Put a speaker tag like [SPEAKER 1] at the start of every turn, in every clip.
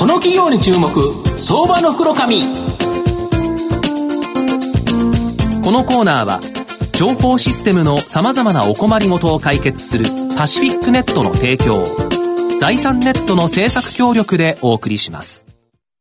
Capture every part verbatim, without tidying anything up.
[SPEAKER 1] この企業に注目、相場の袋紙。このコーナーは情報システムのさまざまなお困りごとを解決するパシフィックネットの提供、財産ネットの制作協力でお送りします。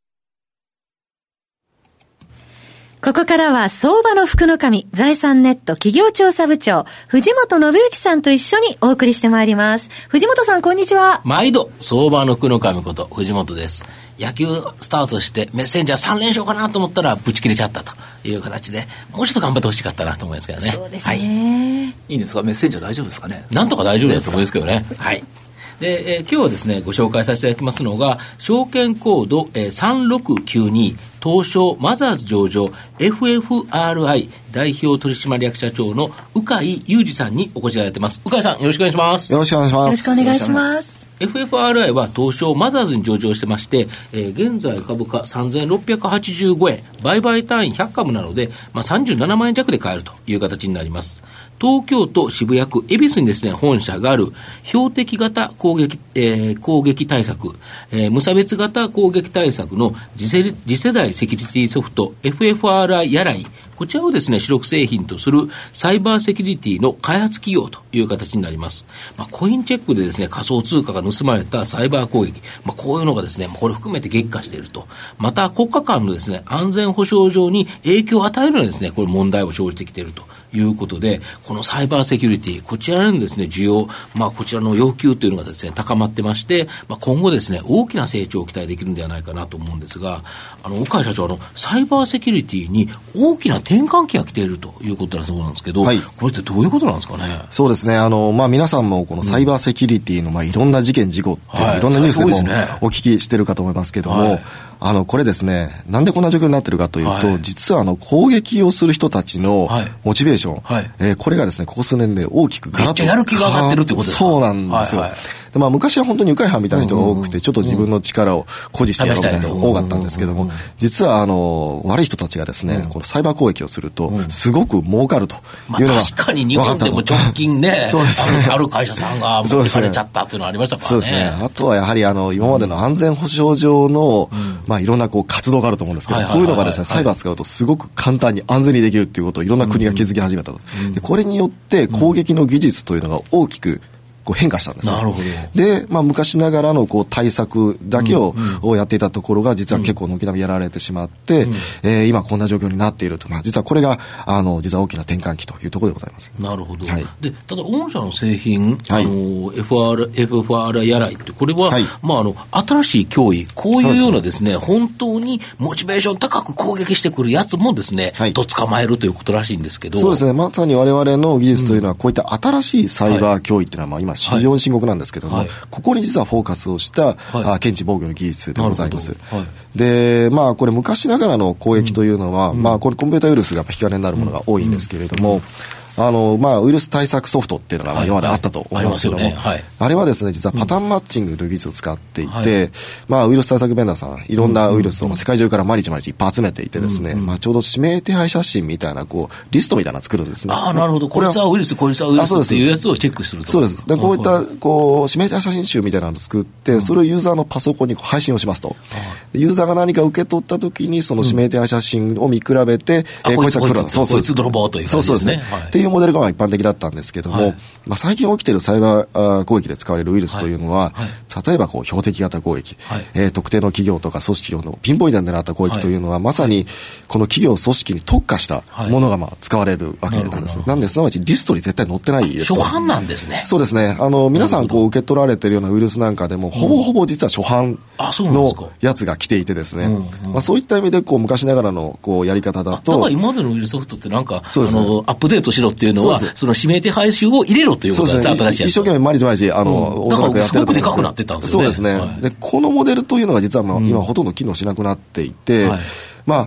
[SPEAKER 2] ここからは相場の福の神、財産ネット企業調査部長藤本信之さんと一緒にお送りしてまいります。藤本さん、こんにちは。
[SPEAKER 3] 毎度相場の福の神こと藤本です。野球スタートしてメッセンジャーさん連勝かなと思ったらぶち切れちゃったという形で、もうちょっと頑張ってほしかったなと思いますけどね。
[SPEAKER 2] そうですね、はい、
[SPEAKER 4] いいんですか、メッセンジャー大丈夫ですかね。
[SPEAKER 3] なんとか大丈夫だと思いますけどね。はい。で、えー、今日はですねご紹介させていただきますのが、証券コード、えー、さんろくきゅうに東証マザーズ上場 エフエフアールアイ 代表取締役社長の鵜飼裕二さんにお越しいただいてます。鵜飼さん、よろしくお願いします。
[SPEAKER 5] よろしくお願いします。
[SPEAKER 2] よろしくお願いします。
[SPEAKER 3] エフエフアールアイ は東証マザーズに上場してまして、えー、現在株価さんぜんろっぴゃくはちじゅうごえん、売買単位ひゃくかぶなので、まあ、さんじゅうななまんえん弱で買えるという形になります。東京都渋谷区恵比寿にですね本社がある標的型攻撃、えー、攻撃対策、えー、無差別型攻撃対策の次世、次世代セキュリティソフト エフエフアールアイ やらい、こちらをですね主力製品とするサイバーセキュリティの開発企業という形になります。まあ、コインチェックでですね仮想通貨が盗まれたサイバー攻撃、まあ、こういうのがですねこれ含めて激化していると。また国家間のですね安全保障上に影響を与えるようなですねこれ問題を生じてきているということで、このサイバーセキュリティ、こちらのですね需要、まあ、こちらの要求というのがですね高まってまして、まあ、今後ですね大きな成長を期待できるんではないかなと思うんですが、あの鵜飼社長、あのサイバーセキュリティに大きな転換期が来ているということだそうなんですけど、はい、これってどういうことなんですかね。
[SPEAKER 5] そうですね、あの、まあ、皆さんもこのサイバーセキュリティの、まあ、いろんな事件事故って、はい、いろんなニュースでもお聞きしてるかと思いますけども、はい、あのこれですね、なんでこんな状況になってるかというと、はい、実はあの攻撃をする人たちのモチベーション、はい、えー、これがですねここ数年で大きくガラッと
[SPEAKER 3] めっちゃやる気が上がってるってことですか。
[SPEAKER 5] そうなんですよ。はいはい、でまあ、昔は本当に愉快犯みたいな人が多くて、ちょっと自分の力を誇示してやろうみたいな人が多かったんですけども、実はあの悪い人たちがですね、このサイバー攻撃をするとすごく儲かるというのが、
[SPEAKER 3] まあ、確かに日本でも直近ねそうですね、ある会社さんが持ってかれちゃったっていうのがありましたからね。
[SPEAKER 5] そうですね。あとはやはりあの今までの安全保障上の、まあ、いろんなこう活動があると思うんですけど、こういうのがですねサイバー使うとすごく簡単に安全にできるっていうことをいろんな国が気づき始めたと。でこれによって攻撃の技術というのが大きくこう変化したんですね。
[SPEAKER 3] なるほど。
[SPEAKER 5] で、まあ、昔ながらのこう対策だけを、うん、をやっていたところが実は結構軒並みやられてしまって、うん、えー、今こんな状況になっていると、まあ、実はこれがあの実は大きな転換期というところでございます。
[SPEAKER 3] なるほど。
[SPEAKER 5] はい、で
[SPEAKER 3] ただ御社の製品、はい、あの エフアール エフエフアールアイ やらいってこれは、はい、まあ、あの新しい脅威、こういうようなですね本当にモチベーション高く攻撃してくるやつもですね、はい、と捕まえるということらしいんですけど。
[SPEAKER 5] そうですね、まさに我々の技術というのは、うん、こういった新しいサイバー脅威っていうのは、まあ、今非常に深刻なんですけども、はい、ここに実はフォーカスをした、はい、あ検知防御の技術でございます。はい、で、まあ、これ昔ながらの攻撃というのは、うん、まあ、これコンピューターウイルスが引き金になるものが多いんですけれども、うんうん、あのまあ、ウイルス対策ソフトっていうのが今まであったと思いますけども、はいはい、あ, ねはい、あれはですね実はパターンマッチングの技術を使っていて、うん、まあ、ウイルス対策ベンダーさんいろんなウイルスを世界中から毎日毎日いっぱい集めていてですね、うんうん、まあ、ちょうど指名手配写真みたいなこうリストみたいなのを作るんですね。
[SPEAKER 3] ああ、なるほど。こいつはウイルスこいつはウイルスっていうやつをチェックすると。
[SPEAKER 5] そうです。でこういったこう指名手配写真集みたいなのを作って、うん、それをユーザーのパソコンにこう配信をしますと、うん、ユーザーが何か受け取った時にその指名手配写真を見比べて、うん、えー、こいつは黒だ、
[SPEAKER 3] そうそう、こいつ泥棒という感じですね。そうそうですね、はい、って
[SPEAKER 5] いうモデルが一般的だったんですけども、はい、まあ、最近起きているサイバー攻撃で使われるウイルスというのは、はいはい、例えばこう標的型攻撃、はい、えー、特定の企業とか組織のピンポイントで狙った攻撃というのは、はい、まさにこの企業組織に特化したものがまあ使われるわけなんですね。なんですなわちリストに絶対載ってないです。
[SPEAKER 3] 初版なんですね。
[SPEAKER 5] そうですね。あの皆さんこう受け取られているようなウイルスなんかでも、うん、ほぼほぼ実は初版のやつが来ていてですね、うんうん、まあ、そういった意味でこう昔ながらのこうやり方だと、
[SPEAKER 3] だから今までのウイルスソフトってなんか、ね、あのアップデートしろっていうのは そ, その指名手配集を入れろということですね。新しいやつ。
[SPEAKER 5] 一生懸命毎日毎日あの、うん、
[SPEAKER 3] だからすごくでかくなってたんですよね。
[SPEAKER 5] そうですね、はい、でこのモデルというのが実は、まあ、今ほとんど機能しなくなっていて、はい、まあ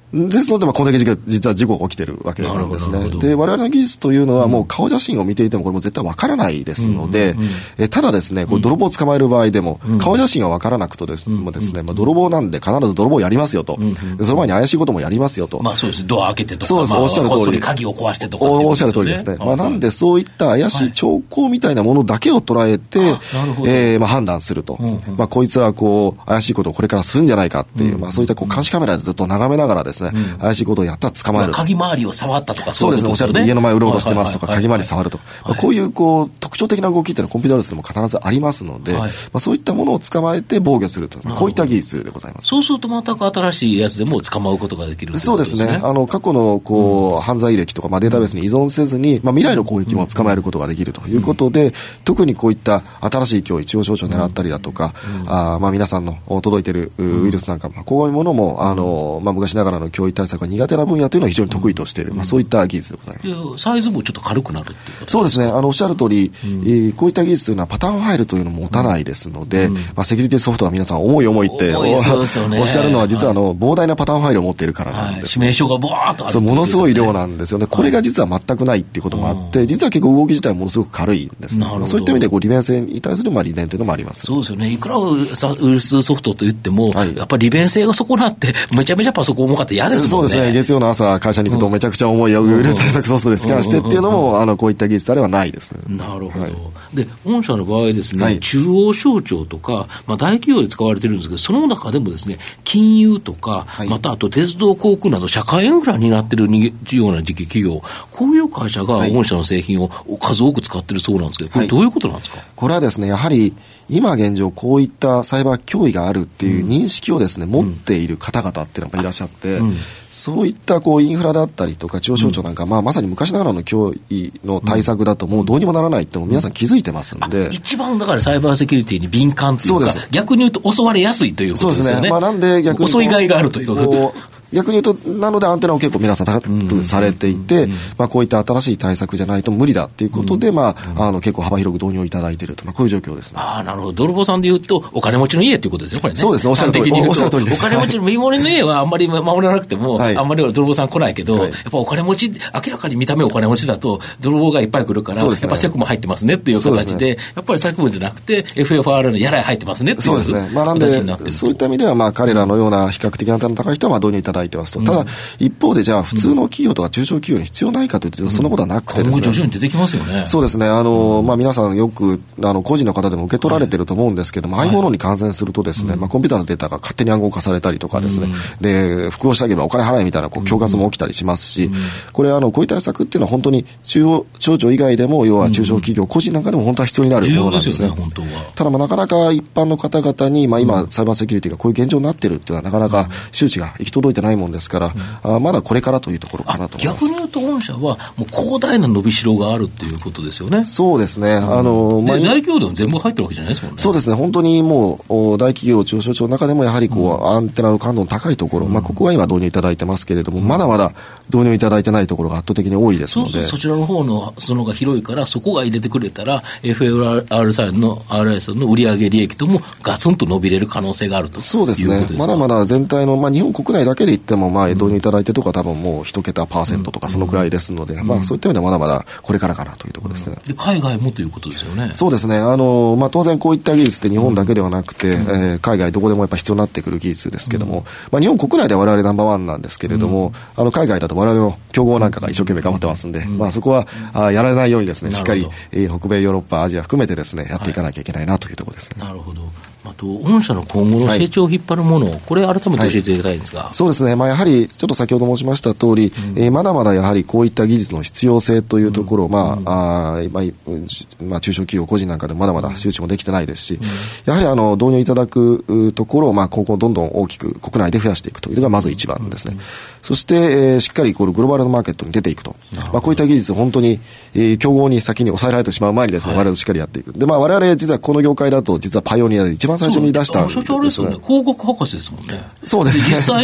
[SPEAKER 5] ですので、まあ、これだけ実は事故が起きてるわけなんですね。で、我々の技術というのはもう顔写真を見ていてもこれも絶対わからないですので、うんうんうん、えただですね、これ泥棒を捕まえる場合でも、うん、顔写真がわからなくとですね、うんうん、まあ、泥棒なんで必ず泥棒やりますよと、うんうん、でその前に怪しいこともやりますよと。
[SPEAKER 3] まあそうです。ドア開けてとか、
[SPEAKER 5] そうです、
[SPEAKER 3] まあ、
[SPEAKER 5] おっしゃる通り。
[SPEAKER 3] 鍵を壊してとか、
[SPEAKER 5] ね、おっしゃる通りですね。まあ、なんでそういった怪しい兆候みたいなものだけを捉えて、はい、えー、まあ、判断すると。うんうん、まあ、こいつはこう、怪しいことをこれからするんじゃないかっていう、うん、まあ、そういったこう監視カメラでずっと眺めながらですね、うん、怪しいことをやったら捕まえる。
[SPEAKER 3] 鍵周りを触ったとか
[SPEAKER 5] そういうことですよね。そうですね。おっしゃる通り、家の前うろうろしてますとか、鍵回り触ると。まあ、こういうこう、特徴的な動きっていうのはコンピューターウイルスでも必ずありますので、はい、まあ、そういったものを捕まえて防御すると。まあ、こういった技術でございます。
[SPEAKER 3] そうすると全く新しいやつでも捕まうことができるということですね。
[SPEAKER 5] そうですね。あの、過去のこう、うん、犯罪歴とか、まあ、データベースに依存せずに、まあ、未来の攻撃も捕まえることができるということで、うん、特にこういった新しい脅威、中央省庁を狙ったりだとか、うん、あまあ、皆さんの届いているウイルスなんか、まあ、こういうものも、あの、まあ、昔ながらの脅威対策が苦手な分野というのを非常に得意としている、まあ、そういった技術でございます。
[SPEAKER 3] サイズもちょっと軽くなるっていうことですか？
[SPEAKER 5] そうですね。あの、おっしゃる通り、うん、えー、こういった技術というのはパターンファイルというのも持たないですので、うん、まあ、セキュリティソフトは皆さん重い重いって、
[SPEAKER 3] 重いそうですよね、
[SPEAKER 5] おっしゃるのは実はあの、はい、膨大なパターンファイルを持っているからなんです、
[SPEAKER 3] はい、指名書がボワーっとある、ね、
[SPEAKER 5] そう、ものすごい量なんですよね。これが実は全くないっていうこともあって、はい、実は結構動き自体はものすごく軽いんです、ね。まあ、そういった意味でこう利便性に対するまあ利点というのもあります。
[SPEAKER 3] そうですよね。いくらウイルスソフトと言っても、はい、やっぱり利便性が損なってめちゃめちゃパソコン重かって嫌ですもんね。
[SPEAKER 5] そうですね。月曜の朝会社に行くとめちゃくちゃ重いウイルス対策ソフトでスキャンしてっていうのも、あのこういった技術であればないですね。
[SPEAKER 3] なるほど。はい、で御社の場合ですね、はい、中央省庁とか、まあ、大企業で使われてるんですけど、その中でもですね、金融とか、はい、またあと鉄道航空など社会インフラになっているような時期企業、こういう会社が御社の製品を数多く使っているそうなんですけど、これどういうことなんですか？はい、
[SPEAKER 5] これはですね、やはり今現状こういったサイバー脅威があるっていう認識をですね、うん、持っている方々っていうのがいらっしゃって、うん、そういったこうインフラだったりとか中央省庁なんか、うん、まあ、まさに昔ながらの脅威の対策だともうどうにもならないっても皆さん気づいてますんで、
[SPEAKER 3] 一番だからサイバーセキュリティに敏感というか、逆に言うと襲われやすいということですよね。
[SPEAKER 5] そうですね。まあ、なんで逆に
[SPEAKER 3] 襲いがいがあるという
[SPEAKER 5] 逆に言うと、なのでアンテナを結構皆さん高くされていて、まあ、こういった新しい対策じゃないと無理だということで、まあ、あの結構幅広く導入いただいていると、まあ、こういう状況ですね。
[SPEAKER 3] ああ、なるほど。泥棒さんで言うとお金持ちの家ということですよ、これね。
[SPEAKER 5] そうですね。おっしゃる通り、おっしゃる通りです。
[SPEAKER 3] お金持ちの見守りの家はあんまり守らなくても、はい、あんまり泥棒さん来ないけど、はい、やっぱお金持ち、明らかに見た目お金持ちだと泥棒がいっぱい来るから、ね、やっぱチェックも入ってますねっていう形で、でね、やっぱり作務じゃなくて エフエフアール のやらい入ってますねっていう形になってると。そうですね。まあ、なんで
[SPEAKER 5] そういった意味では、まあ、彼らのような比較的アンテナの高い人はまあ導入いただいてますと。ただ、うん、一方でじゃあ普通の企業とか中小企業に必要ないかというと、そんなことはなくてですね、
[SPEAKER 3] 徐々に出てきますよね。
[SPEAKER 5] そうですね。あの、まあ、皆さんよくあの個人の方でも受け取られていると思うんですけども、はい、ああいうものに感染するとですね、はい、まあ、コンピューターのデータが勝手に暗号化されたりとかですね、うん、で複合してあげればお金払えみたいなこう恐喝も起きたりしますし、うん、これあのこういった対策っていうのは本当に中央省庁以外でも、要は中小企業、個人なんかでも本当は必要になるものなんですね。
[SPEAKER 3] 重要ですよね、本当は。
[SPEAKER 5] ただまあなかなか一般の方々に、まあ、今サイバーセキュリティがこういう現状になっているっていうのはなかなか周知が行き届いてないもんですから、うん、あまだこれからというところかなと思います。
[SPEAKER 3] 逆に言うと御社はもう広大な伸びしろがあるっていうことですよね。
[SPEAKER 5] そうですね。あの、まあ、
[SPEAKER 3] 大企業でも全部入ってるわけじゃないですもんね。
[SPEAKER 5] そうですね。本当にもう大企業中小省庁の中でもやはりこう、うん、アンテナの感度の高いところ、うん、まあ、ここは今導入いただいてますけれども、うん、まだまだ導入いただいてないところが圧倒的に多いですので、
[SPEAKER 3] そうそう、そちらの方のそのが広いからそこが入れてくれたら エフエフアール さんの アールアイ さんの売上利益ともガツンと伸びれる可能性があるということですか。
[SPEAKER 5] そうですね。まだまだ全体の、まあ、日本国内だけで言っても、まあ、導入いただいてとか多分もう一桁パーセントとかそのくらいですので、うん、まあ、そういった意味ではまだまだこれからかなというところですね。
[SPEAKER 3] うん、で海外もということですよね。
[SPEAKER 5] そうですね。あの、まあ、当然こういった技術って日本だけではなくて、うん、えー、海外どこでもやっぱ必要になってくる技術ですけども、うん、まあ、日本国内では我々ナンバーワンなんですけれども、うん、あの海外だと我々の競合なんかが一生懸命頑張ってますんで、うん、まあ、そこはあやられないようにですね、しっかり、えー、北米ヨーロッパアジア含めてですねやっていかなきゃいけないなというところですね。
[SPEAKER 3] はい、なるほど。あと御社の今後の成長を引っ張るものを、はい、これ改めて教えていただきたいんですが、はい、
[SPEAKER 5] そうですね、まあ、やはりちょっと先ほど申しました通り、うん、えー、まだまだやはりこういった技術の必要性というところを、うん、まあ、うん、あまあまあ、中小企業個人なんかでもまだまだ周知もできてないですし、うん、やはりあの導入いただくところを、まあ、今後どんどん大きく国内で増やしていくというのがまず一番ですね。うん、そして、えー、しっかりこのグローバルのマーケットに出ていくと、まあ、こういった技術本当に、えー、競合に先に抑えられてしまう前にですね、はい、我々しっかりやっていく。で、まあ、我々実はこの業界だと実はパイオニアで一番最初に出した
[SPEAKER 3] 社長あれですよね、広告博士ですもんね。
[SPEAKER 5] そうですね。
[SPEAKER 3] 実際に社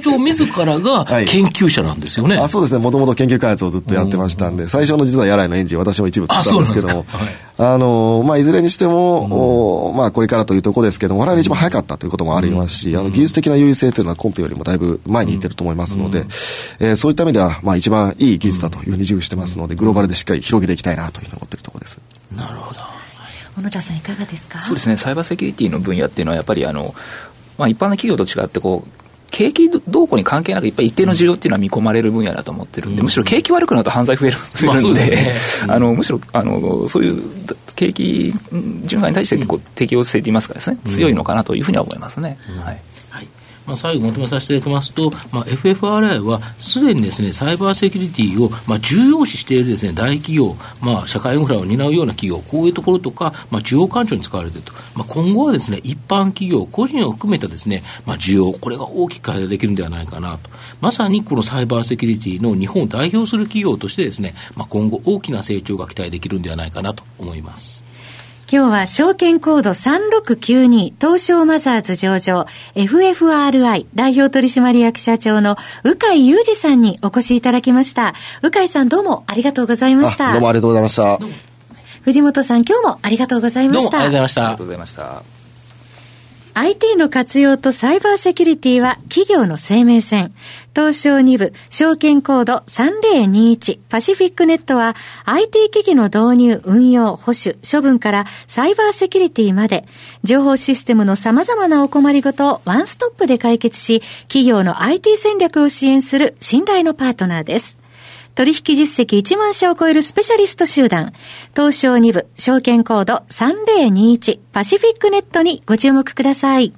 [SPEAKER 3] 長自らが研究者なんですよね。
[SPEAKER 5] はい、あ、そうですね。もともと研究開発をずっとやってましたんで、最初の実はやらいのエンジン、私も一部作ったんですけども、あ、あの、まあ、いずれにしても、うん、まあ、これからというところですけども、我々一番早かったということもありますし、うん、あの、技術的な優位性というのはコンペよりもだいぶ前にいってると思いますので、うん、えー、そういった意味では、まあ、一番いい技術だというふうに自負してますので、グローバルでしっかり広げていきたいなというふうに思っているところです。
[SPEAKER 3] なるほど。
[SPEAKER 2] 小野田さんいかがですか。
[SPEAKER 4] そうですね、サイバーセキュリティの分野っていうのはやっぱりあの、まあ、一般の企業と違ってこう景気動向に関係なくいっぱい一定の需要っていうのは見込まれる分野だと思ってるんで、うん、むしろ景気悪くなると犯罪増えるので、あのむしろあのそういう景気循環に対して結構適応性といいますかですね、うん、強いのかなというふうには思いますね。うん、はい。
[SPEAKER 3] まあ、最後まとめさせていただきますと、まあ、エフエフアールアイ はすでにですね、サイバーセキュリティをまあ重要視しているですね、大企業、まあ、社会インフラを担うような企業、こういうところとか、まあ、需要環境に使われていると。まあ、今後はですね、一般企業、個人を含めたですね、まあ、需要、これが大きく改善できるんではないかなと。まさにこのサイバーセキュリティの日本を代表する企業としてですね、まあ、今後大きな成長が期待できるんではないかなと思います。
[SPEAKER 2] 今日は証券コードさんろくきゅうに東証マザーズ上場 エフエフアールアイ 代表取締役社長の鵜飼裕二さんにお越しいただきました。鵜飼さんどうもありがとうございました。
[SPEAKER 5] どうもありがとうございました。
[SPEAKER 2] 藤本さん今日もありがとうございました。
[SPEAKER 3] どうもありがとうございました。
[SPEAKER 4] ありがとうございました。
[SPEAKER 2] アイティー の活用とサイバーセキュリティは企業の生命線。東証に部証券コードさんぜろにいちパシフィックネットは アイティー 機器の導入、運用、保守、処分からサイバーセキュリティまで情報システムの様々なお困りごとをワンストップで解決し、企業の アイティー 戦略を支援する信頼のパートナーです。取引実績いちまん社を超えるスペシャリスト集団、東証に部証券コードさんぜろにいちパシフィックネットにご注目ください。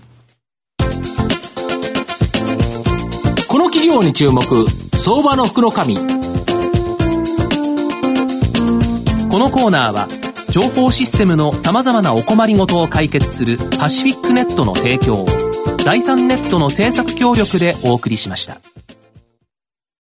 [SPEAKER 3] この企業に注目、相場の福の神。こ
[SPEAKER 1] のコーナーは情報システムのさまざまなお困りごとを解決するパシフィックネットの提供、財産ネットの制作協力でお送りしました。